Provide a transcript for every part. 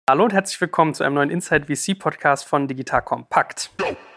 Hallo und herzlich willkommen zu einem neuen Inside VC Podcast von Digital Compact.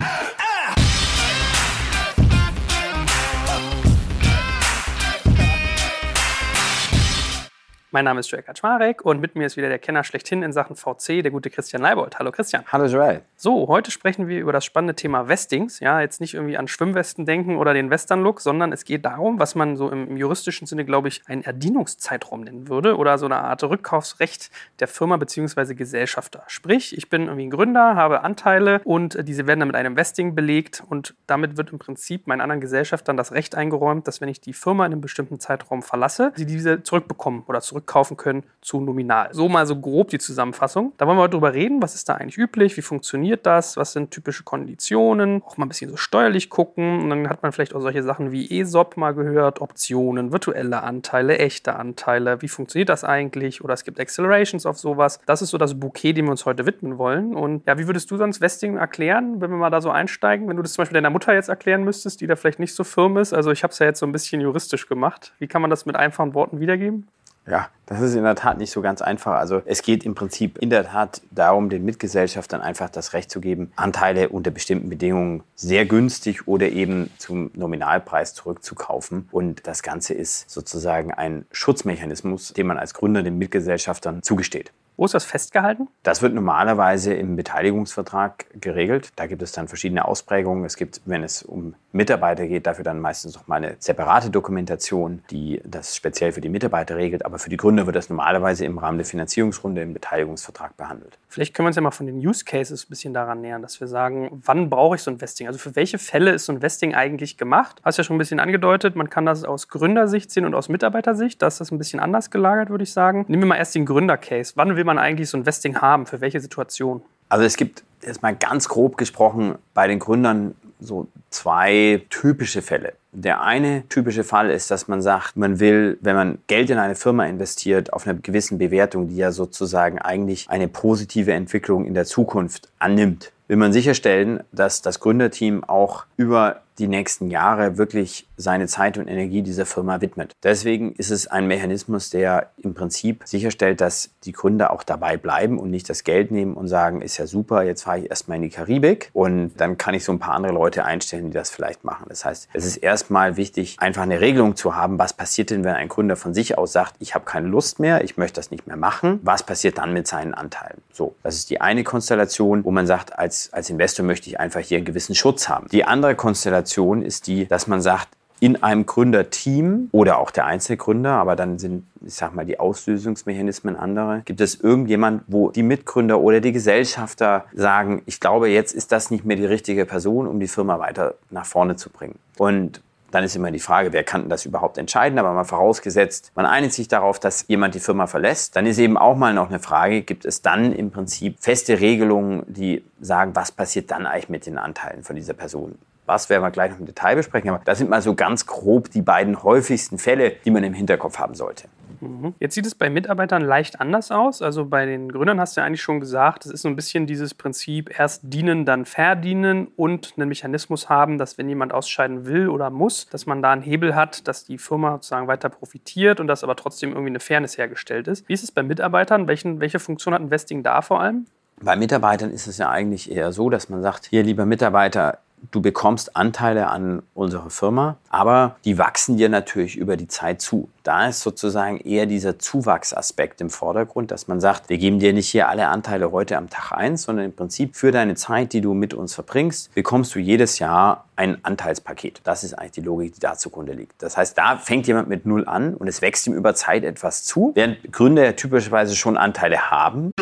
Mein Name ist Joel Kaczmarek und mit mir ist wieder der Kenner schlechthin in Sachen VC, der gute Christian Leibold. Hallo Christian. Hallo Joel. So, heute sprechen wir über das spannende Thema Vestings. Ja, jetzt nicht irgendwie an Schwimmwesten denken oder den Western-Look, sondern es geht darum, was man so im juristischen Sinne, glaube ich, einen Erdienungszeitraum nennen würde oder so eine Art Rückkaufsrecht der Firma bzw. Gesellschafter. Sprich, ich bin irgendwie ein Gründer, habe Anteile und diese werden dann mit einem Vesting belegt und damit wird im Prinzip meinen anderen Gesellschaftern das Recht eingeräumt, dass wenn ich die Firma in einem bestimmten Zeitraum verlasse, sie diese zurückbekommen oder zurückkaufen können zu nominal. So mal so grob die Zusammenfassung. Da wollen wir heute drüber reden, was ist da eigentlich üblich, wie funktioniert das, was sind typische Konditionen, auch mal ein bisschen so steuerlich gucken und dann hat man vielleicht auch solche Sachen wie ESOP mal gehört, Optionen, virtuelle Anteile, echte Anteile, wie funktioniert das eigentlich oder es gibt Accelerations auf sowas. Das ist so das Bouquet, dem wir uns heute widmen wollen und ja, wie würdest du sonst Vesting erklären, wenn wir mal da so einsteigen, wenn du das zum Beispiel deiner Mutter jetzt erklären müsstest, die da vielleicht nicht so firm ist, also ich habe es ja jetzt so ein bisschen juristisch gemacht. Wie kann man das mit einfachen Worten wiedergeben? Ja, das ist in der Tat nicht so ganz einfach. Also es geht im Prinzip in der Tat darum, den Mitgesellschaftern einfach das Recht zu geben, Anteile unter bestimmten Bedingungen sehr günstig oder eben zum Nominalpreis zurückzukaufen. Und das Ganze ist sozusagen ein Schutzmechanismus, den man als Gründer den Mitgesellschaftern zugesteht. Wo ist das festgehalten? Das wird normalerweise im Beteiligungsvertrag geregelt. Da gibt es dann verschiedene Ausprägungen. Es gibt, wenn es um Mitarbeiter geht, dafür dann meistens noch mal eine separate Dokumentation, die das speziell für die Mitarbeiter regelt. Aber für die Gründer wird das normalerweise im Rahmen der Finanzierungsrunde im Beteiligungsvertrag behandelt. Vielleicht können wir uns ja mal von den Use Cases ein bisschen daran nähern, dass wir sagen, wann brauche ich so ein Vesting? Also für welche Fälle ist so ein Vesting eigentlich gemacht? Hast ja schon ein bisschen angedeutet, man kann das aus Gründersicht sehen und aus Mitarbeitersicht. Da ist das ein bisschen anders gelagert, würde ich sagen. Nehmen wir mal erst den Gründercase. Wann will man eigentlich so ein Vesting haben? Für welche Situation? Also es gibt jetzt mal ganz grob gesprochen bei den Gründern so zwei typische Fälle. Der eine typische Fall ist, dass man sagt, man will, wenn man Geld in eine Firma investiert, auf einer gewissen Bewertung, die ja sozusagen eigentlich eine positive Entwicklung in der Zukunft annimmt, will man sicherstellen, dass das Gründerteam auch über die nächsten Jahre wirklich seine Zeit und Energie dieser Firma widmet. Deswegen ist es ein Mechanismus, der im Prinzip sicherstellt, dass die Gründer auch dabei bleiben und nicht das Geld nehmen und sagen, ist ja super, jetzt fahre ich erstmal in die Karibik und dann kann ich so ein paar andere Leute einstellen, die das vielleicht machen. Das heißt, es ist erstmal wichtig, einfach eine Regelung zu haben, was passiert denn, wenn ein Gründer von sich aus sagt, ich habe keine Lust mehr, ich möchte das nicht mehr machen. Was passiert dann mit seinen Anteilen? So, das ist die eine Konstellation, wo man sagt, als Investor möchte ich einfach hier einen gewissen Schutz haben. Die andere Konstellation ist die, dass man sagt, in einem Gründerteam oder auch der Einzelgründer, aber dann sind, ich sag mal, die Auslösungsmechanismen andere, gibt es irgendjemand, wo die Mitgründer oder die Gesellschafter sagen, ich glaube, jetzt ist das nicht mehr die richtige Person, um die Firma weiter nach vorne zu bringen. Und dann ist immer die Frage, wer kann das überhaupt entscheiden? Aber mal vorausgesetzt, man einigt sich darauf, dass jemand die Firma verlässt. Dann ist eben auch mal noch eine Frage, gibt es dann im Prinzip feste Regelungen, die sagen, was passiert dann eigentlich mit den Anteilen von dieser Person? Was werden wir gleich noch im Detail besprechen. Aber das sind mal so ganz grob die beiden häufigsten Fälle, die man im Hinterkopf haben sollte. Jetzt sieht es bei Mitarbeitern leicht anders aus. Also bei den Gründern hast du ja eigentlich schon gesagt, es ist so ein bisschen dieses Prinzip, erst dienen, dann verdienen und einen Mechanismus haben, dass wenn jemand ausscheiden will oder muss, dass man da einen Hebel hat, dass die Firma sozusagen weiter profitiert und dass aber trotzdem irgendwie eine Fairness hergestellt ist. Wie ist es bei Mitarbeitern? Welche Funktion hat ein Vesting da vor allem? Bei Mitarbeitern ist es ja eigentlich eher so, dass man sagt, hier, lieber Mitarbeiter, du bekommst Anteile an unserer Firma, aber die wachsen dir natürlich über die Zeit zu. Da ist sozusagen eher dieser Zuwachsaspekt im Vordergrund, dass man sagt, wir geben dir nicht hier alle Anteile heute am Tag 1, sondern im Prinzip für deine Zeit, die du mit uns verbringst, bekommst du jedes Jahr ein Anteilspaket. Das ist eigentlich die Logik, die da zugrunde liegt. Das heißt, da fängt jemand mit 0 an und es wächst ihm über Zeit etwas zu, während Gründer ja typischerweise schon Anteile haben.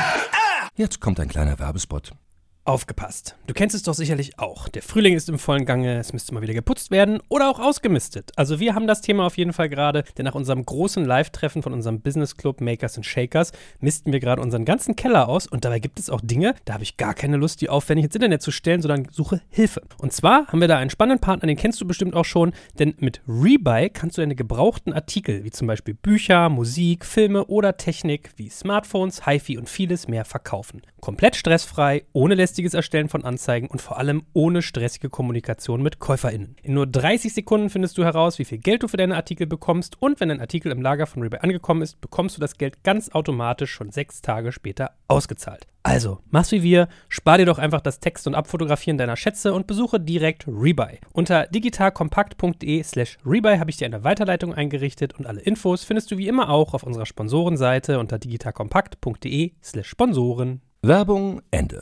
Jetzt kommt ein kleiner Werbespot. Aufgepasst. Du kennst es doch sicherlich auch. Der Frühling ist im vollen Gange, es müsste mal wieder geputzt werden oder auch ausgemistet. Also wir haben das Thema auf jeden Fall gerade, denn nach unserem großen Live-Treffen von unserem Business Club Makers and Shakers misten wir gerade unseren ganzen Keller aus und dabei gibt es auch Dinge, da habe ich gar keine Lust, die aufwendig ins Internet zu stellen, sondern suche Hilfe. Und zwar haben wir da einen spannenden Partner, den kennst du bestimmt auch schon, denn mit Rebuy kannst du deine gebrauchten Artikel, wie zum Beispiel Bücher, Musik, Filme oder Technik wie Smartphones, HiFi und vieles mehr verkaufen. Komplett stressfrei, ohne zuverlässiges Erstellen von Anzeigen und vor allem ohne stressige Kommunikation mit KäuferInnen. In nur 30 Sekunden findest du heraus, wie viel Geld du für deine Artikel bekommst und wenn dein Artikel im Lager von Rebuy angekommen ist, bekommst du das Geld ganz automatisch schon 6 Tage später ausgezahlt. Also, mach's wie wir, spar dir doch einfach das Text- und Abfotografieren deiner Schätze und besuche direkt Rebuy. Unter digitalkompakt.de/Rebuy habe ich dir eine Weiterleitung eingerichtet und alle Infos findest du wie immer auch auf unserer Sponsorenseite unter digitalkompakt.de/Sponsoren. Werbung Ende.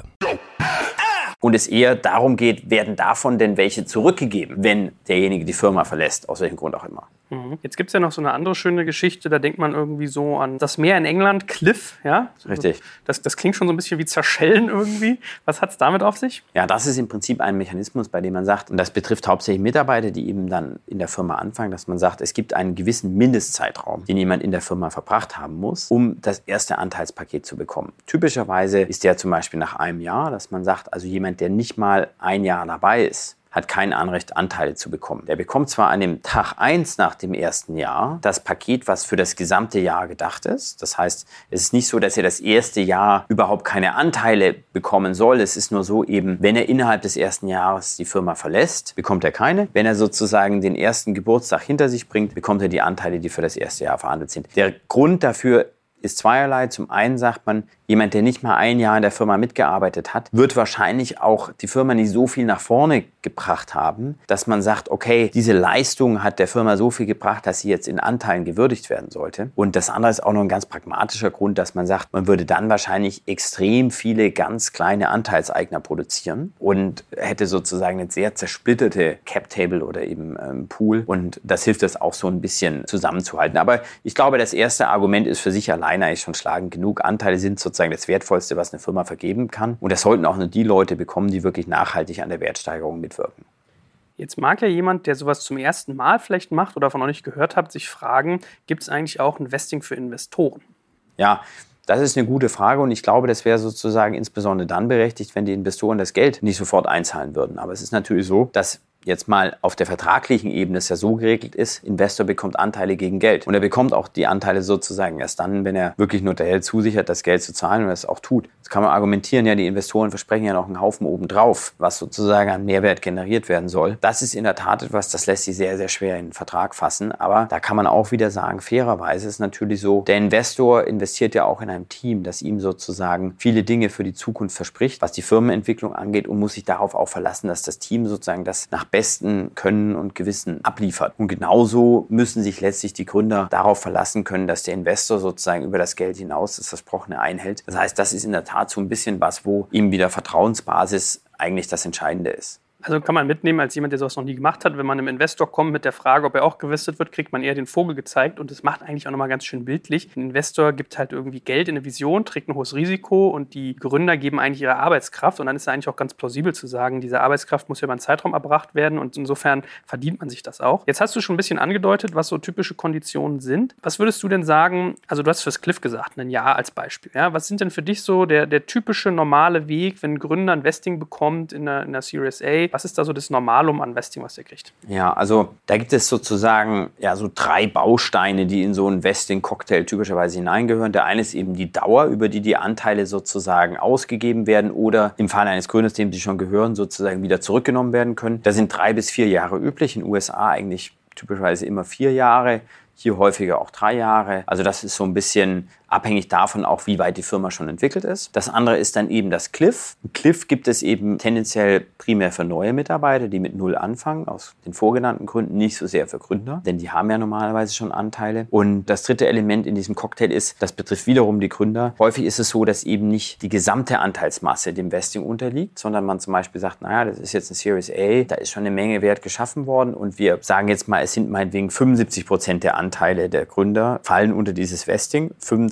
Und es eher darum geht, werden davon denn welche zurückgegeben, wenn derjenige die Firma verlässt, aus welchem Grund auch immer. Jetzt gibt es ja noch so eine andere schöne Geschichte, da denkt man irgendwie so an das Meer in England, Cliff, ja? Richtig. Das klingt schon so ein bisschen wie Zerschellen irgendwie. Was hat es damit auf sich? Ja, das ist im Prinzip ein Mechanismus, bei dem man sagt, und das betrifft hauptsächlich Mitarbeiter, die eben dann in der Firma anfangen, dass man sagt, es gibt einen gewissen Mindestzeitraum, den jemand in der Firma verbracht haben muss, um das erste Anteilspaket zu bekommen. Typischerweise ist der zum Beispiel nach einem Jahr, dass man sagt, also jemand, der nicht mal ein Jahr dabei ist, hat kein Anrecht, Anteile zu bekommen. Der bekommt zwar an dem Tag 1 nach dem ersten Jahr das Paket, was für das gesamte Jahr gedacht ist. Das heißt, es ist nicht so, dass er das erste Jahr überhaupt keine Anteile bekommen soll. Es ist nur so eben, wenn er innerhalb des ersten Jahres die Firma verlässt, bekommt er keine. Wenn er sozusagen den ersten Geburtstag hinter sich bringt, bekommt er die Anteile, die für das erste Jahr verhandelt sind. Der Grund dafür ist zweierlei. Zum einen sagt man, jemand, der nicht mal ein Jahr in der Firma mitgearbeitet hat, wird wahrscheinlich auch die Firma nicht so viel nach vorne gebracht haben, dass man sagt, okay, diese Leistung hat der Firma so viel gebracht, dass sie jetzt in Anteilen gewürdigt werden sollte. Und das andere ist auch noch ein ganz pragmatischer Grund, dass man sagt, man würde dann wahrscheinlich extrem viele ganz kleine Anteilseigner produzieren und hätte sozusagen eine sehr zersplitterte Cap-Table oder eben Pool. Und das hilft das auch so ein bisschen zusammenzuhalten. Aber ich glaube, das erste Argument ist für sich alleine eigentlich schon schlagend genug. Anteile sind sozusagen das Wertvollste, was eine Firma vergeben kann. Und das sollten auch nur die Leute bekommen, die wirklich nachhaltig an der Wertsteigerung mitwirken. Jetzt mag ja jemand, der sowas zum ersten Mal vielleicht macht oder davon noch nicht gehört hat, sich fragen, gibt es eigentlich auch ein Vesting für Investoren? Ja, das ist eine gute Frage und ich glaube, das wäre sozusagen insbesondere dann berechtigt, wenn die Investoren das Geld nicht sofort einzahlen würden. Aber es ist natürlich so, dass jetzt mal auf der vertraglichen Ebene es ja so geregelt ist, Investor bekommt Anteile gegen Geld. Und er bekommt auch die Anteile sozusagen erst dann, wenn er wirklich notariell zusichert, das Geld zu zahlen und das auch tut. Das kann man argumentieren, ja, die Investoren versprechen ja noch einen Haufen obendrauf, was sozusagen an Mehrwert generiert werden soll. Das ist in der Tat etwas, das lässt sich sehr, sehr schwer in den Vertrag fassen. Aber da kann man auch wieder sagen, fairerweise ist natürlich so, der Investor investiert ja auch in einem Team, das ihm sozusagen viele Dinge für die Zukunft verspricht, was die Firmenentwicklung angeht und muss sich darauf auch verlassen, dass das Team sozusagen das nach besten Können und Gewissen abliefert. Und genauso müssen sich letztlich die Gründer darauf verlassen können, dass der Investor sozusagen über das Geld hinaus das Versprochene einhält. Das heißt, das ist in der Tat so ein bisschen was, wo eben wieder Vertrauensbasis eigentlich das Entscheidende ist. Also kann man mitnehmen als jemand, der sowas noch nie gemacht hat, wenn man einem Investor kommt mit der Frage, ob er auch gewistet wird, kriegt man eher den Vogel gezeigt und das macht eigentlich auch nochmal ganz schön bildlich. Ein Investor gibt halt irgendwie Geld in eine Vision, trägt ein hohes Risiko und die Gründer geben eigentlich ihre Arbeitskraft und dann ist es eigentlich auch ganz plausibel zu sagen, diese Arbeitskraft muss ja über einen Zeitraum erbracht werden und insofern verdient man sich das auch. Jetzt hast du schon ein bisschen angedeutet, was so typische Konditionen sind. Was würdest du denn sagen, also du hast fürs Cliff gesagt, ein Jahr als Beispiel. Ja? Was sind denn für dich so der typische normale Weg, wenn ein Gründer ein Vesting bekommt in einer Series A? Was ist da so das Normalum an Vesting, was er kriegt? Ja, also da gibt es sozusagen ja so 3 Bausteine, die in so einen Vesting-Cocktail typischerweise hineingehören. Der eine ist eben die Dauer, über die die Anteile sozusagen ausgegeben werden oder im Fall eines Gründers, dem sie schon gehören, sozusagen wieder zurückgenommen werden können. Da sind 3 bis 4 Jahre üblich, in den USA eigentlich typischerweise immer 4 Jahre. Hier häufiger auch 3 Jahre. Also das ist so ein bisschen abhängig davon auch, wie weit die Firma schon entwickelt ist. Das andere ist dann eben das Cliff. Ein Cliff gibt es eben tendenziell primär für neue Mitarbeiter, die mit 0 anfangen, aus den vorgenannten Gründen, nicht so sehr für Gründer, denn die haben ja normalerweise schon Anteile. Und das dritte Element in diesem Cocktail ist, das betrifft wiederum die Gründer. Häufig ist es so, dass eben nicht die gesamte Anteilsmasse dem Vesting unterliegt, sondern man zum Beispiel sagt, naja, das ist jetzt eine Series A, da ist schon eine Menge Wert geschaffen worden und wir sagen jetzt mal, es sind meinetwegen 75% der Anteile der Gründer fallen unter dieses Vesting.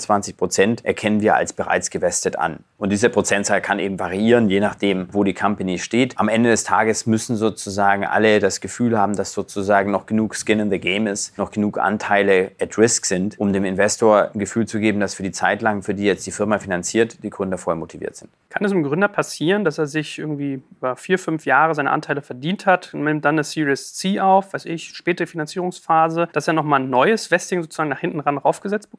25% erkennen wir als bereits gewestet an. Und diese Prozentzahl kann eben variieren, je nachdem, wo die Company steht. Am Ende des Tages müssen sozusagen alle das Gefühl haben, dass sozusagen noch genug Skin in the Game ist, noch genug Anteile at risk sind, um dem Investor ein Gefühl zu geben, dass für die Zeit lang, für die jetzt die Firma finanziert, die Gründer vorher motiviert sind. Kann es einem Gründer passieren, dass er sich irgendwie über 4-5 Jahre seine Anteile verdient hat und nimmt dann eine Series C auf, späte Finanzierungsphase, dass er nochmal ein neues Vesting sozusagen nach hinten ran raufgesetzt bekommt?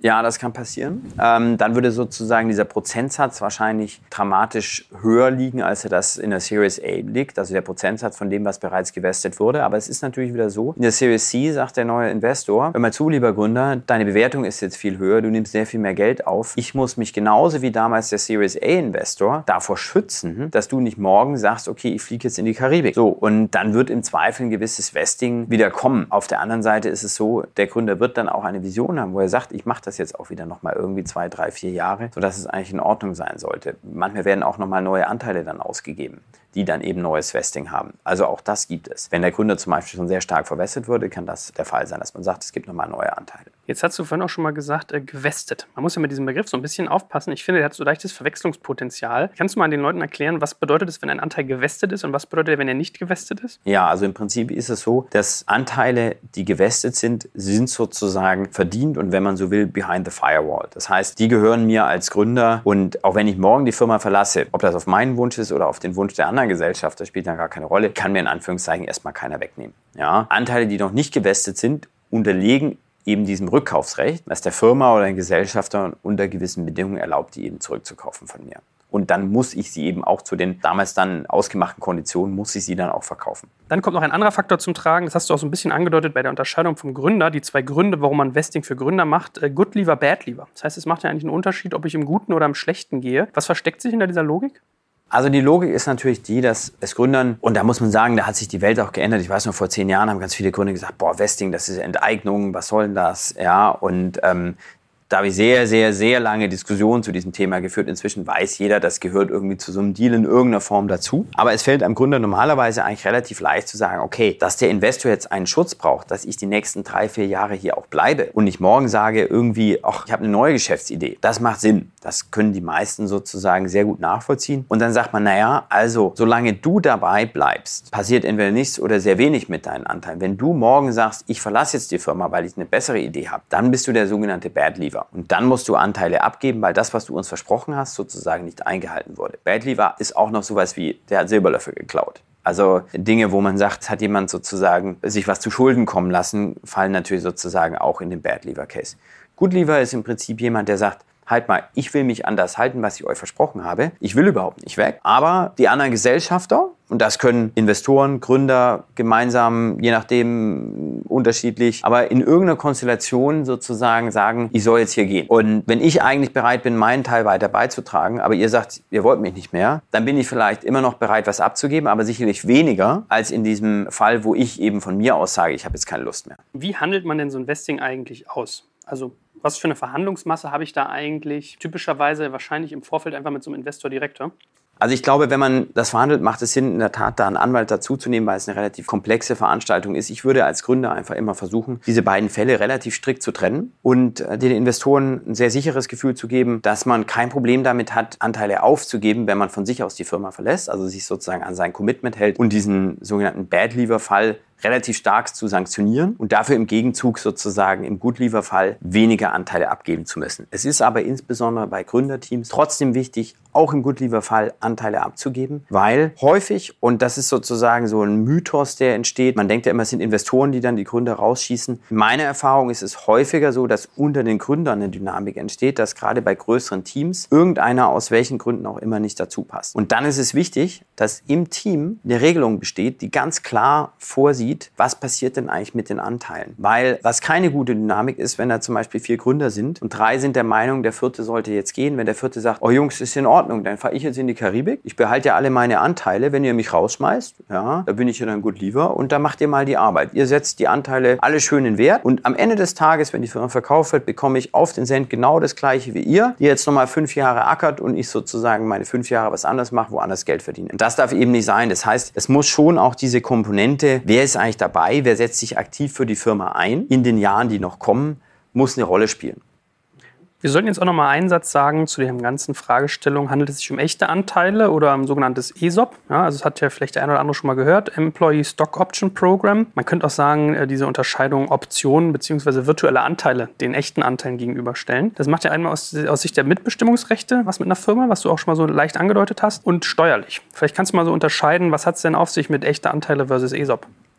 Ja, das kann passieren. Dann würde sozusagen dieser Prozentsatz wahrscheinlich dramatisch höher liegen, als er das in der Series A liegt. Also der Prozentsatz von dem, was bereits gewestet wurde. Aber es ist natürlich wieder so, in der Series C sagt der neue Investor, hör mal zu, lieber Gründer, deine Bewertung ist jetzt viel höher, du nimmst sehr viel mehr Geld auf. Ich muss mich genauso wie damals der Series A Investor davor schützen, dass du nicht morgen sagst, okay, ich fliege jetzt in die Karibik. So, und dann wird im Zweifel ein gewisses Vesting wieder kommen. Auf der anderen Seite ist es so, der Gründer wird dann auch eine Vision haben, wo er sagt, ich mache das jetzt auch wieder nochmal irgendwie 2, 3, 4 Jahre, sodass es eigentlich in Ordnung sein sollte. Manchmal werden auch nochmal neue Anteile dann ausgegeben, die dann eben neues Vesting haben. Also auch das gibt es. Wenn der Gründer zum Beispiel schon sehr stark verwässert wurde, kann das der Fall sein, dass man sagt, es gibt nochmal neue Anteile. Jetzt hast du vorhin auch schon mal gesagt, gewestet. Man muss ja mit diesem Begriff so ein bisschen aufpassen. Ich finde, der hat so leichtes Verwechslungspotenzial. Kannst du mal den Leuten erklären, was bedeutet es, wenn ein Anteil gewestet ist und was bedeutet er, wenn er nicht gewestet ist? Ja, also im Prinzip ist es so, dass Anteile, die gewestet sind sozusagen verdient und wenn man so will, behind the firewall. Das heißt, die gehören mir als Gründer und auch wenn ich morgen die Firma verlasse, ob das auf meinen Wunsch ist oder auf den Wunsch der anderen Gesellschaft, das spielt dann gar keine Rolle, kann mir in Anführungszeichen erstmal keiner wegnehmen. Ja? Anteile, die noch nicht gewestet sind, unterlegen eben diesem Rückkaufsrecht, dass der Firma oder ein Gesellschafter unter gewissen Bedingungen erlaubt, die eben zurückzukaufen von mir. Und dann muss ich sie eben auch zu den damals dann ausgemachten Konditionen, muss ich sie dann auch verkaufen. Dann kommt noch ein anderer Faktor zum Tragen, das hast du auch so ein bisschen angedeutet bei der Unterscheidung vom Gründer, die 2 Gründe, warum man Vesting für Gründer macht, Good Leaver, Bad Leaver. Das heißt, es macht ja eigentlich einen Unterschied, ob ich im Guten oder im Schlechten gehe. Was versteckt sich hinter dieser Logik? Also die Logik ist natürlich die, dass es Gründern, und da muss man sagen, da hat sich die Welt auch geändert. Ich weiß noch, vor 10 Jahren haben ganz viele Gründer gesagt, boah, Vesting, das ist Enteignung, was soll denn das? Ja, und da habe ich sehr, sehr, sehr lange Diskussionen zu diesem Thema geführt. Inzwischen weiß jeder, das gehört irgendwie zu so einem Deal in irgendeiner Form dazu. Aber es fällt einem Gründer normalerweise eigentlich relativ leicht zu sagen, okay, dass der Investor jetzt einen Schutz braucht, dass ich die nächsten 3, 4 Jahre hier auch bleibe und nicht morgen sage irgendwie, ach, ich habe eine neue Geschäftsidee. Das macht Sinn. Das können die meisten sozusagen sehr gut nachvollziehen. Und dann sagt man, naja, also solange du dabei bleibst, passiert entweder nichts oder sehr wenig mit deinen Anteilen. Wenn du morgen sagst, ich verlasse jetzt die Firma, weil ich eine bessere Idee habe, dann bist du der sogenannte Bad Leaver. Und dann musst du Anteile abgeben, weil das, was du uns versprochen hast, sozusagen nicht eingehalten wurde. Bad Leaver ist auch noch sowas wie, der hat Silberlöffel geklaut. Also Dinge, wo man sagt, hat jemand sozusagen sich was zu Schulden kommen lassen, fallen natürlich sozusagen auch in den Bad Leaver Case. Good Leaver ist im Prinzip jemand, der sagt, halt mal, ich will mich an das halten, was ich euch versprochen habe. Ich will überhaupt nicht weg. Aber die anderen Gesellschafter, und das können Investoren, Gründer, gemeinsam, je nachdem unterschiedlich, aber in irgendeiner Konstellation sozusagen sagen, ich soll jetzt hier gehen. Und wenn ich eigentlich bereit bin, meinen Teil weiter beizutragen, aber ihr sagt, ihr wollt mich nicht mehr, dann bin ich vielleicht immer noch bereit, was abzugeben, aber sicherlich weniger als in diesem Fall, wo ich eben von mir aus sage, ich habe jetzt keine Lust mehr. Wie handelt man denn so ein Vesting eigentlich aus? Also was für eine Verhandlungsmasse habe ich da eigentlich? Typischerweise wahrscheinlich im Vorfeld einfach mit so einem Investor direkt. Ja? Also ich glaube, wenn man das verhandelt, macht es Sinn, in der Tat da einen Anwalt dazuzunehmen, weil es eine relativ komplexe Veranstaltung ist. Ich würde als Gründer einfach immer versuchen, diese beiden Fälle relativ strikt zu trennen und den Investoren ein sehr sicheres Gefühl zu geben, dass man kein Problem damit hat, Anteile aufzugeben, wenn man von sich aus die Firma verlässt, also sich sozusagen an sein Commitment hält und diesen sogenannten Bad Leaver-Fall relativ stark zu sanktionieren und dafür im Gegenzug sozusagen im Good Leaver-Fall weniger Anteile abgeben zu müssen. Es ist aber insbesondere bei Gründerteams trotzdem wichtig, auch im Good Leaver-Fall Anteile abzugeben, weil häufig, und das ist sozusagen so ein Mythos, der entsteht, man denkt ja immer, es sind Investoren, die dann die Gründer rausschießen. Meine Erfahrung ist es häufiger so, dass unter den Gründern eine Dynamik entsteht, dass gerade bei größeren Teams irgendeiner aus welchen Gründen auch immer nicht dazu passt. Und dann ist es wichtig, dass im Team eine Regelung besteht, die ganz klar vorsieht, was passiert denn eigentlich mit den Anteilen. Weil was keine gute Dynamik ist, wenn da zum Beispiel 4 Gründer sind und 3 sind der Meinung, der 4. sollte jetzt gehen. Wenn der 4. sagt, oh Jungs, ist in Ordnung, dann fahre ich jetzt in die Karibik. Ich behalte ja alle meine Anteile. Wenn ihr mich rausschmeißt, ja, da bin ich ja dann Good Leaver und da macht ihr mal die Arbeit. Ihr setzt die Anteile alle schön in Wert und am Ende des Tages, wenn die Firma verkauft wird, bekomme ich auf den Cent genau das Gleiche wie ihr, die jetzt nochmal 5 Jahre ackert und ich sozusagen meine 5 Jahre was anderes mache, woanders Geld verdiene. Und das darf eben nicht sein. Das heißt, es muss schon auch diese Komponente, wer ist eigentlich dabei, wer setzt sich aktiv für die Firma ein, in den Jahren, die noch kommen, muss eine Rolle spielen. Wir sollten jetzt auch noch mal einen Satz sagen zu der ganzen Fragestellung. Handelt es sich um echte Anteile oder um sogenanntes ESOP? Ja, also das hat ja vielleicht der eine oder andere schon mal gehört. Employee Stock Option Program. Man könnte auch sagen, diese Unterscheidung Optionen bzw. virtuelle Anteile den echten Anteilen gegenüberstellen. Das macht ja einmal aus Sicht der Mitbestimmungsrechte was mit einer Firma, was du auch schon mal so leicht angedeutet hast, und steuerlich. Vielleicht kannst du mal so unterscheiden, was hat es denn auf sich mit echten Anteile versus ESOP?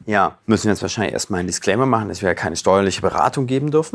Ja, müssen wir jetzt wahrscheinlich erstmal einen Disclaimer machen, dass wir ja keine steuerliche Beratung geben dürfen.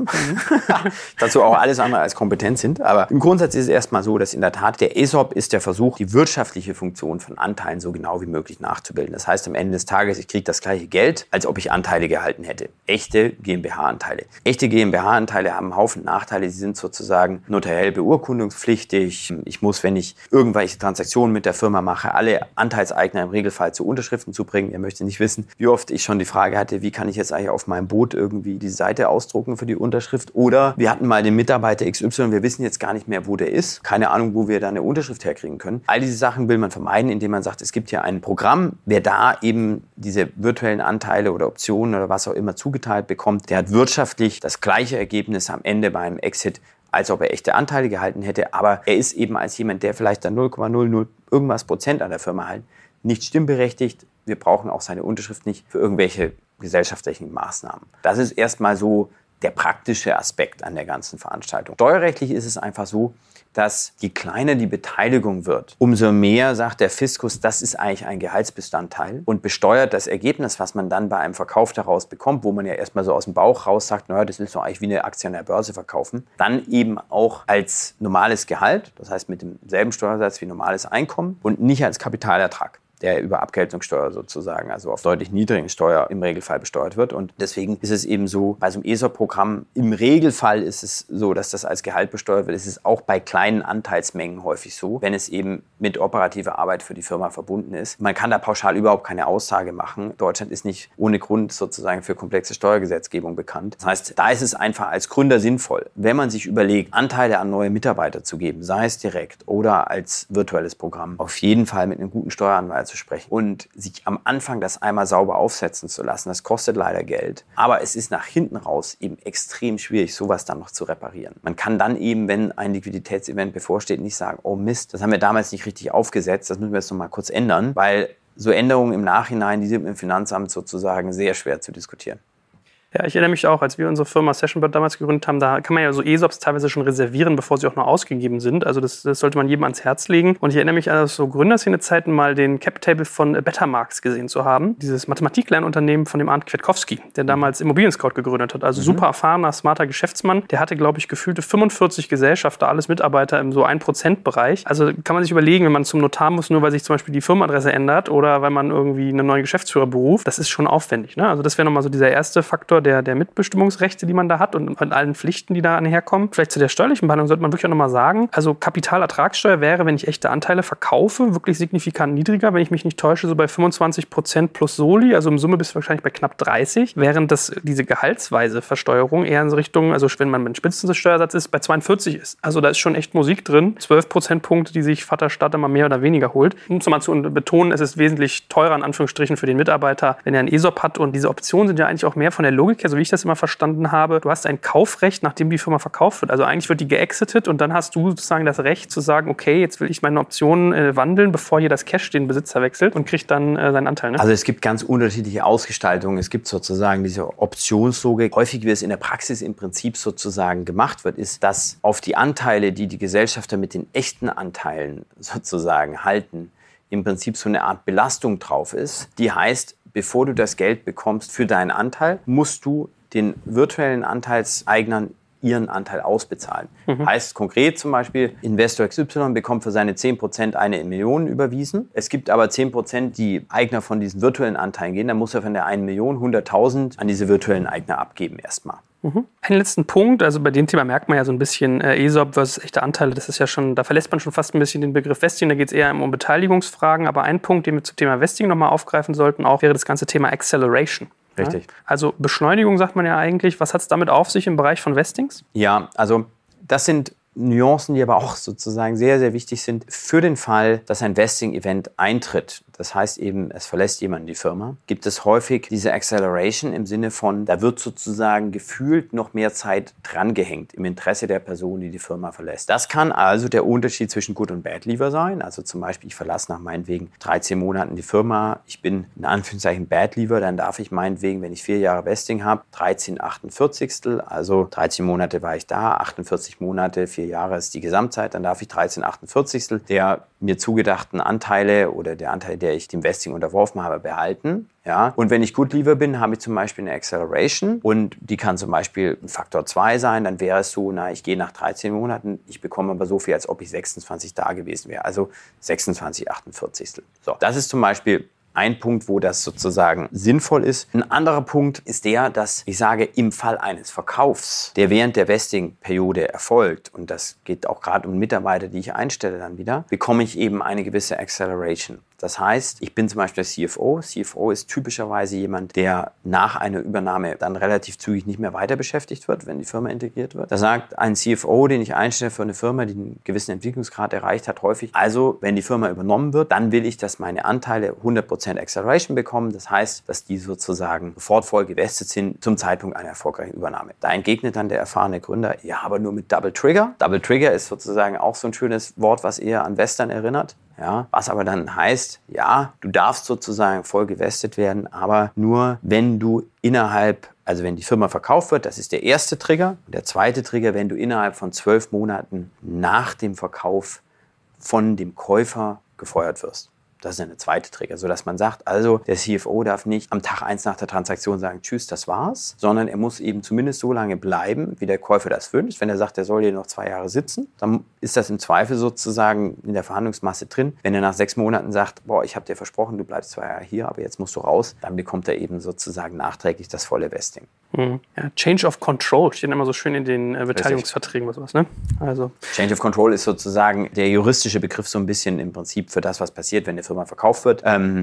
Dazu auch alles andere als kompetent sind. Aber im Grundsatz ist es erstmal so, dass in der Tat der ESOP ist der Versuch, die wirtschaftliche Funktion von Anteilen so genau wie möglich nachzubilden. Das heißt, am Ende des Tages, ich kriege das gleiche Geld, als ob ich Anteile gehalten hätte. Echte GmbH-Anteile. Echte GmbH-Anteile haben einen Haufen Nachteile. Sie sind sozusagen notariell beurkundungspflichtig. Ich muss, wenn ich irgendwelche Transaktionen mit der Firma mache, alle Anteilseigner im Regelfall zu Unterschriften zu bringen. Ihr möchtet nicht wissen, wie oft ich schon die Frage hatte, wie kann ich jetzt eigentlich auf meinem Boot irgendwie die Seite ausdrucken für die Unterschrift? Oder wir hatten mal den Mitarbeiter XY, wir wissen jetzt gar nicht mehr, wo der ist. Keine Ahnung, wo wir da eine Unterschrift herkriegen können. All diese Sachen will man vermeiden, indem man sagt, es gibt hier ein Programm. Wer da eben diese virtuellen Anteile oder Optionen oder was auch immer zugeteilt bekommt, der hat wirtschaftlich das gleiche Ergebnis am Ende beim Exit, als ob er echte Anteile gehalten hätte. Aber er ist eben als jemand, der vielleicht dann 0,00 irgendwas Prozent an der Firma hält, nicht stimmberechtigt. Wir brauchen auch seine Unterschrift nicht für irgendwelche gesellschaftlichen Maßnahmen. Das ist erstmal so der praktische Aspekt an der ganzen Veranstaltung. Steuerrechtlich ist es einfach so, dass je kleiner die Beteiligung wird, umso mehr sagt der Fiskus, das ist eigentlich ein Gehaltsbestandteil und besteuert das Ergebnis, was man dann bei einem Verkauf daraus bekommt, wo man ja erstmal so aus dem Bauch raus sagt, naja, das ist doch eigentlich wie eine Aktie an der Börse verkaufen, dann eben auch als normales Gehalt, das heißt mit demselben Steuersatz wie normales Einkommen und nicht als Kapitalertrag, der über Abgeltungssteuer sozusagen, also auf deutlich niedrigen Steuer im Regelfall besteuert wird. Und deswegen ist es eben so, bei so einem ESOP-Programm, im Regelfall ist es so, dass das als Gehalt besteuert wird. Es ist auch bei kleinen Anteilsmengen häufig so, wenn es eben mit operativer Arbeit für die Firma verbunden ist. Man kann da pauschal überhaupt keine Aussage machen. Deutschland ist nicht ohne Grund sozusagen für komplexe Steuergesetzgebung bekannt. Das heißt, da ist es einfach als Gründer sinnvoll, wenn man sich überlegt, Anteile an neue Mitarbeiter zu geben, sei es direkt oder als virtuelles Programm, auf jeden Fall mit einem guten Steueranwalt zu sprechen und sich am Anfang das einmal sauber aufsetzen zu lassen. Das kostet leider Geld. Aber es ist nach hinten raus eben extrem schwierig, sowas dann noch zu reparieren. Man kann dann eben, wenn ein Liquiditätsevent bevorsteht, nicht sagen, oh Mist, das haben wir damals nicht richtig aufgesetzt, das müssen wir jetzt noch mal kurz ändern, weil so Änderungen im Nachhinein, die sind im Finanzamt sozusagen sehr schwer zu diskutieren. Ja, ich erinnere mich auch, als wir unsere Firma Sessionbird damals gegründet haben, da kann man ja so ESOPs teilweise schon reservieren, bevor sie auch noch ausgegeben sind. Also das sollte man jedem ans Herz legen. Und ich erinnere mich an so Gründerszene-Zeiten mal den Cap-Table von Bettermarks gesehen zu haben. Dieses Mathematiklernunternehmen von dem Arndt Kwiatkowski, der damals Immobilien-Scout gegründet hat. Also super erfahrener, smarter Geschäftsmann. Der hatte, glaube ich, gefühlte 45 Gesellschafter, alles Mitarbeiter im so 1%-Bereich. Also kann man sich überlegen, wenn man zum Notar muss, nur weil sich zum Beispiel die Firmenadresse ändert oder weil man irgendwie einen neuen Geschäftsführer beruft. Das ist schon aufwendig, ne? Also das wäre nochmal so dieser erste Faktor der Mitbestimmungsrechte, die man da hat und von allen Pflichten, die da herkommen. Vielleicht zu der steuerlichen Behandlung sollte man wirklich auch nochmal sagen, also Kapitalertragssteuer wäre, wenn ich echte Anteile verkaufe, wirklich signifikant niedriger, wenn ich mich nicht täusche, so bei 25% plus Soli, also im Summe bist du wahrscheinlich bei knapp 30, während diese gehaltsweise Versteuerung eher in Richtung, also wenn man mit Spitzensteuersatz ist, bei 42 ist. Also da ist schon echt Musik drin. 12 Prozentpunkte, die sich Vater Staat immer mehr oder weniger holt. Um es mal zu betonen, es ist wesentlich teurer in Anführungsstrichen für den Mitarbeiter, wenn er einen ESOP hat und diese Optionen sind ja eigentlich auch mehr von der Logik her, so wie ich das immer verstanden habe, du hast ein Kaufrecht, nachdem die Firma verkauft wird. Also eigentlich wird die geexitet und dann hast du sozusagen das Recht zu sagen, okay, jetzt will ich meine Optionen wandeln, bevor hier das Cash den Besitzer wechselt und kriegt dann seinen Anteil. Ne? Also es gibt ganz unterschiedliche Ausgestaltungen. Es gibt sozusagen diese Optionslogik. Häufig, wie es in der Praxis im Prinzip sozusagen gemacht wird, ist, dass auf die Anteile, die die Gesellschafter mit den echten Anteilen sozusagen halten, im Prinzip so eine Art Belastung drauf ist. Die heißt, bevor du das Geld bekommst für deinen Anteil, musst du den virtuellen Anteilseignern ihren Anteil ausbezahlen. Heißt konkret zum Beispiel, Investor XY bekommt für seine 10% eine Million überwiesen. Es gibt aber 10%, die Eigner von diesen virtuellen Anteilen gehen. Dann muss er von der 1 Million 100.000 an diese virtuellen Eigner abgeben erstmal. Einen letzten Punkt, also bei dem Thema merkt man ja so ein bisschen ESOP versus echte Anteile, das ist ja schon, da verlässt man schon fast ein bisschen den Begriff Vesting, da geht es eher um Beteiligungsfragen, aber ein Punkt, den wir zum Thema Vesting nochmal aufgreifen sollten, auch wäre das ganze Thema Acceleration. Richtig. Ja? Also Beschleunigung sagt man ja eigentlich, was hat es damit auf sich im Bereich von Vestings? Ja, also das sind Nuancen, die aber auch sozusagen sehr, sehr wichtig sind für den Fall, dass ein Vesting-Event eintritt. Das heißt eben, es verlässt jemand die Firma. Gibt es häufig diese Acceleration im Sinne von, da wird sozusagen gefühlt noch mehr Zeit drangehängt im Interesse der Person, die die Firma verlässt. Das kann also der Unterschied zwischen Good und Bad Leaver sein. Also zum Beispiel, ich verlasse nach meinetwegen 13 Monaten die Firma. Ich bin in Anführungszeichen Bad Leaver, dann darf ich meinetwegen, wenn ich 4 Jahre Vesting habe, 13,48, also 13 Monate war ich da, 48 Monate, 4 Jahre ist die Gesamtzeit, dann darf ich 13,48 der mir zugedachten Anteile oder der Anteil, der ich dem Vesting unterworfen habe, behalten. Ja? Und wenn ich Good Leaver bin, habe ich zum Beispiel eine Acceleration und die kann zum Beispiel ein Faktor 2 sein. Dann wäre es so, ich gehe nach 13 Monaten, ich bekomme aber so viel, als ob ich 26 da gewesen wäre. Also 26,48. So, das ist zum Beispiel ein Punkt, wo das sozusagen sinnvoll ist. Ein anderer Punkt ist der, dass ich sage, im Fall eines Verkaufs, der während der Vesting-Periode erfolgt, und das geht auch gerade um Mitarbeiter, die ich einstelle dann wieder, bekomme ich eben eine gewisse Acceleration. Das heißt, ich bin zum Beispiel der CFO. CFO ist typischerweise jemand, der nach einer Übernahme dann relativ zügig nicht mehr weiter beschäftigt wird, wenn die Firma integriert wird. Da sagt ein CFO, den ich einstelle für eine Firma, die einen gewissen Entwicklungsgrad erreicht hat, häufig, also wenn die Firma übernommen wird, dann will ich, dass meine Anteile 100% Acceleration bekommen. Das heißt, dass die sozusagen sofort voll gewestet sind zum Zeitpunkt einer erfolgreichen Übernahme. Da entgegnet dann der erfahrene Gründer, ja, aber nur mit Double Trigger. Double Trigger ist sozusagen auch so ein schönes Wort, was eher an Western erinnert. Ja, was aber dann heißt, ja, du darfst sozusagen voll gewestet werden, aber nur wenn du also wenn die Firma verkauft wird, das ist der erste Trigger. Und der zweite Trigger, wenn du innerhalb von 12 Monaten nach dem Verkauf von dem Käufer gefeuert wirst. Das ist eine zweite Trigger, sodass man sagt, also der CFO darf nicht am Tag 1 nach der Transaktion sagen, tschüss, das war's, sondern er muss eben zumindest so lange bleiben, wie der Käufer das wünscht. Wenn er sagt, er soll hier noch 2 Jahre sitzen, dann ist das im Zweifel sozusagen in der Verhandlungsmasse drin. Wenn er nach 6 Monaten sagt, ich habe dir versprochen, du bleibst 2 Jahre hier, aber jetzt musst du raus, dann bekommt er eben sozusagen nachträglich das volle Vesting. Ja, Change of Control steht immer so schön in den Beteiligungsverträgen oder sowas, ne? Also Change of Control ist sozusagen der juristische Begriff so ein bisschen im Prinzip für das, was passiert, wenn eine Firma verkauft wird.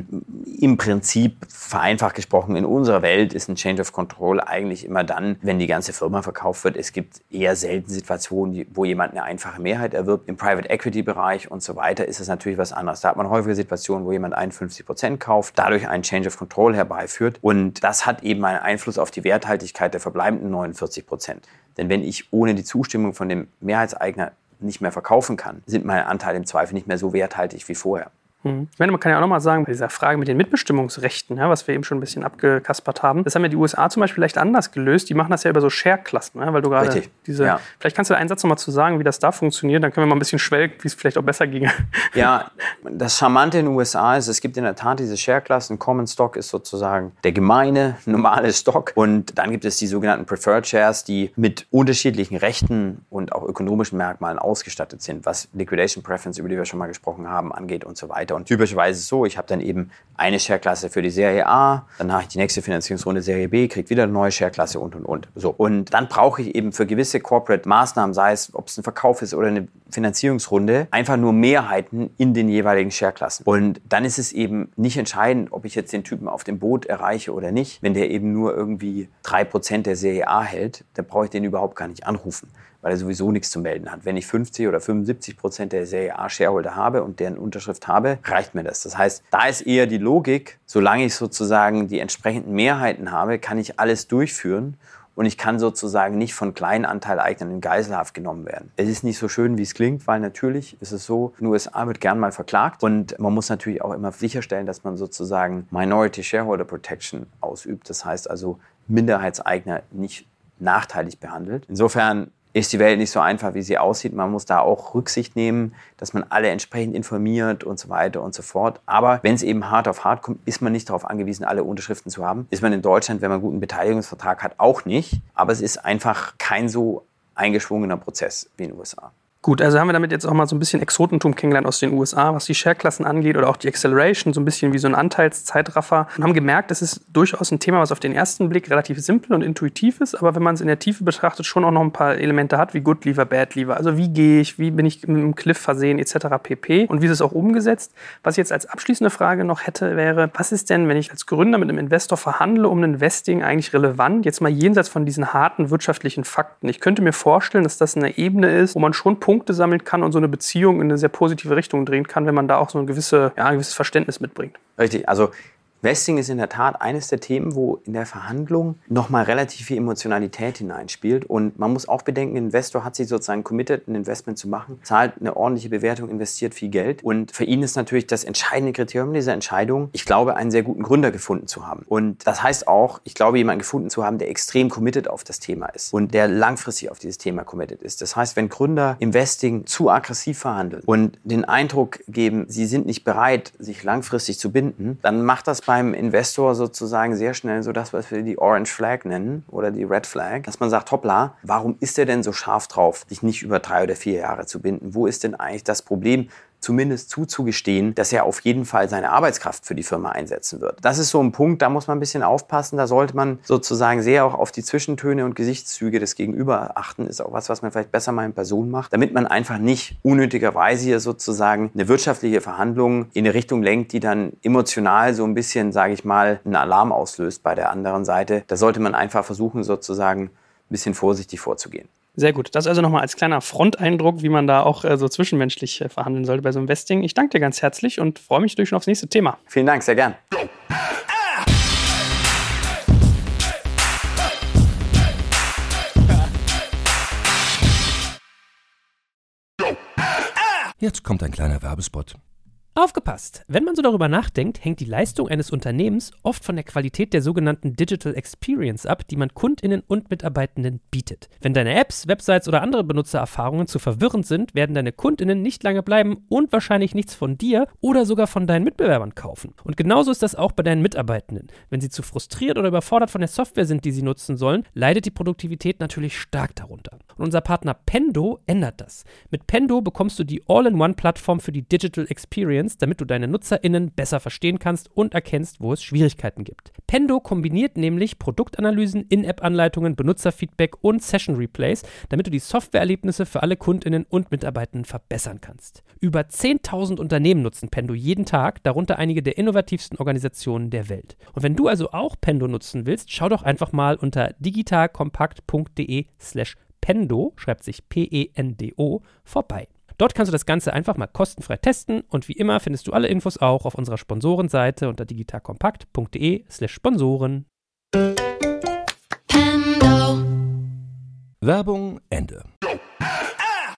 Im Prinzip, vereinfacht gesprochen, in unserer Welt ist ein Change of Control eigentlich immer dann, wenn die ganze Firma verkauft wird. Es gibt eher selten Situationen, wo jemand eine einfache Mehrheit erwirbt. Im Private Equity Bereich und so weiter ist es natürlich was anderes. Da hat man häufige Situationen, wo jemand 51% kauft, dadurch einen Change of Control herbeiführt. Und das hat eben einen Einfluss auf die Werthaltigkeit der verbleibenden 49%. Denn wenn ich ohne die Zustimmung von dem Mehrheitseigner nicht mehr verkaufen kann, sind meine Anteile im Zweifel nicht mehr so werthaltig wie vorher. Ich meine, man kann ja auch nochmal sagen, bei dieser Frage mit den Mitbestimmungsrechten, ja, was wir eben schon ein bisschen abgekaspert haben, das haben ja die USA zum Beispiel leicht anders gelöst. Die machen das ja über so Share-Klassen, ja, weil du gerade Vielleicht kannst du einen Satz nochmal zu sagen, wie das da funktioniert, dann können wir mal ein bisschen schwelgen, wie es vielleicht auch besser ginge. Ja, das Charmante in den USA ist, es gibt in der Tat diese Share-Klassen. Common Stock ist sozusagen der gemeine, normale Stock. Und dann gibt es die sogenannten Preferred Shares, die mit unterschiedlichen Rechten und auch ökonomischen Merkmalen ausgestattet sind, was Liquidation Preference, über die wir schon mal gesprochen haben, angeht und so weiter. Und typischerweise ist es so, ich habe dann eben eine Share-Klasse für die Serie A, dann habe ich die nächste Finanzierungsrunde Serie B, kriege wieder eine neue Share-Klasse und. So. Und dann brauche ich eben für gewisse Corporate-Maßnahmen, sei es, ob es ein Verkauf ist oder eine Finanzierungsrunde, einfach nur Mehrheiten in den jeweiligen Share-Klassen. Und dann ist es eben nicht entscheidend, ob ich jetzt den Typen auf dem Boot erreiche oder nicht. Wenn der eben nur irgendwie 3% der Serie A hält, dann brauche ich den überhaupt gar nicht anrufen, weil er sowieso nichts zu melden hat. Wenn ich 50 oder 75% der Serie A Shareholder habe und deren Unterschrift habe, reicht mir das. Das heißt, da ist eher die Logik, solange ich sozusagen die entsprechenden Mehrheiten habe, kann ich alles durchführen und ich kann sozusagen nicht von kleinen Anteileignern in Geiselhaft genommen werden. Es ist nicht so schön, wie es klingt, weil natürlich ist es so, in den USA wird gern mal verklagt und man muss natürlich auch immer sicherstellen, dass man sozusagen Minority Shareholder Protection ausübt. Das heißt also, Minderheitseigner nicht nachteilig behandelt. Insofern ist die Welt nicht so einfach, wie sie aussieht. Man muss da auch Rücksicht nehmen, dass man alle entsprechend informiert und so weiter und so fort. Aber wenn es eben hart auf hart kommt, ist man nicht darauf angewiesen, alle Unterschriften zu haben. Ist man in Deutschland, wenn man einen guten Beteiligungsvertrag hat, auch nicht. Aber es ist einfach kein so eingeschwungener Prozess wie in den USA. Gut, also haben wir damit jetzt auch mal so ein bisschen Exotentum kennengelernt aus den USA, was die Share-Klassen angeht oder auch die Acceleration, so ein bisschen wie so ein Anteilszeitraffer. Und haben gemerkt, das ist durchaus ein Thema, was auf den ersten Blick relativ simpel und intuitiv ist, aber wenn man es in der Tiefe betrachtet, schon auch noch ein paar Elemente hat, wie Good Leaver, Bad Leaver. Also wie gehe ich, wie bin ich mit einem Cliff versehen etc. pp. Und wie ist es auch umgesetzt. Was ich jetzt als abschließende Frage noch hätte, wäre, was ist denn, wenn ich als Gründer mit einem Investor verhandle, um ein Vesting eigentlich relevant? Jetzt mal jenseits von diesen harten wirtschaftlichen Fakten. Ich könnte mir vorstellen, dass das eine Ebene ist, wo man schon Punkte sammeln kann und so eine Beziehung in eine sehr positive Richtung drehen kann, wenn man da auch so ein gewisses Verständnis mitbringt. Richtig, also Vesting ist in der Tat eines der Themen, wo in der Verhandlung nochmal relativ viel Emotionalität hineinspielt. Und man muss auch bedenken, ein Investor hat sich sozusagen committed, ein Investment zu machen, zahlt eine ordentliche Bewertung, investiert viel Geld. Und für ihn ist natürlich das entscheidende Kriterium dieser Entscheidung, ich glaube, einen sehr guten Gründer gefunden zu haben. Und das heißt auch, ich glaube, jemanden gefunden zu haben, der extrem committed auf das Thema ist und der langfristig auf dieses Thema committed ist. Das heißt, wenn Gründer Investing zu aggressiv verhandeln und den Eindruck geben, sie sind nicht bereit, sich langfristig zu binden, dann macht das beim Investor sozusagen sehr schnell so das, was wir die Orange Flag nennen oder die Red Flag, dass man sagt, hoppla, warum ist er denn so scharf drauf, sich nicht über 3 oder 4 Jahre zu binden? Wo ist denn eigentlich das Problem? Zumindest zuzugestehen, dass er auf jeden Fall seine Arbeitskraft für die Firma einsetzen wird. Das ist so ein Punkt, da muss man ein bisschen aufpassen. Da sollte man sozusagen sehr auch auf die Zwischentöne und Gesichtszüge des Gegenüber achten. Ist auch was man vielleicht besser mal in Person macht, damit man einfach nicht unnötigerweise hier sozusagen eine wirtschaftliche Verhandlung in eine Richtung lenkt, die dann emotional so ein bisschen, sage ich mal, einen Alarm auslöst bei der anderen Seite. Da sollte man einfach versuchen, sozusagen ein bisschen vorsichtig vorzugehen. Sehr gut. Das also nochmal als kleiner Fronteindruck, wie man da auch so zwischenmenschlich verhandeln sollte bei so einem Vesting. Ich danke dir ganz herzlich und freue mich natürlich schon aufs nächste Thema. Vielen Dank, sehr gern. Jetzt kommt ein kleiner Werbespot. Aufgepasst! Wenn man so darüber nachdenkt, hängt die Leistung eines Unternehmens oft von der Qualität der sogenannten Digital Experience ab, die man KundInnen und Mitarbeitenden bietet. Wenn deine Apps, Websites oder andere Benutzererfahrungen zu verwirrend sind, werden deine KundInnen nicht lange bleiben und wahrscheinlich nichts von dir oder sogar von deinen Mitbewerbern kaufen. Und genauso ist das auch bei deinen Mitarbeitenden. Wenn sie zu frustriert oder überfordert von der Software sind, die sie nutzen sollen, leidet die Produktivität natürlich stark darunter. Und unser Partner Pendo ändert das. Mit Pendo bekommst du die All-in-One-Plattform für die Digital Experience, damit du deine NutzerInnen besser verstehen kannst und erkennst, wo es Schwierigkeiten gibt. Pendo kombiniert nämlich Produktanalysen, In-App-Anleitungen, Benutzerfeedback und Session-Replays, damit du die Softwareerlebnisse für alle KundInnen und Mitarbeitenden verbessern kannst. Über 10.000 Unternehmen nutzen Pendo jeden Tag, darunter einige der innovativsten Organisationen der Welt. Und wenn du also auch Pendo nutzen willst, schau doch einfach mal unter digitalkompakt.de/Pendo, schreibt sich P-E-N-D-O, vorbei. Dort kannst du das Ganze einfach mal kostenfrei testen und wie immer findest du alle Infos auch auf unserer Sponsorenseite unter digitalkompakt.de/Sponsoren. Werbung Ende.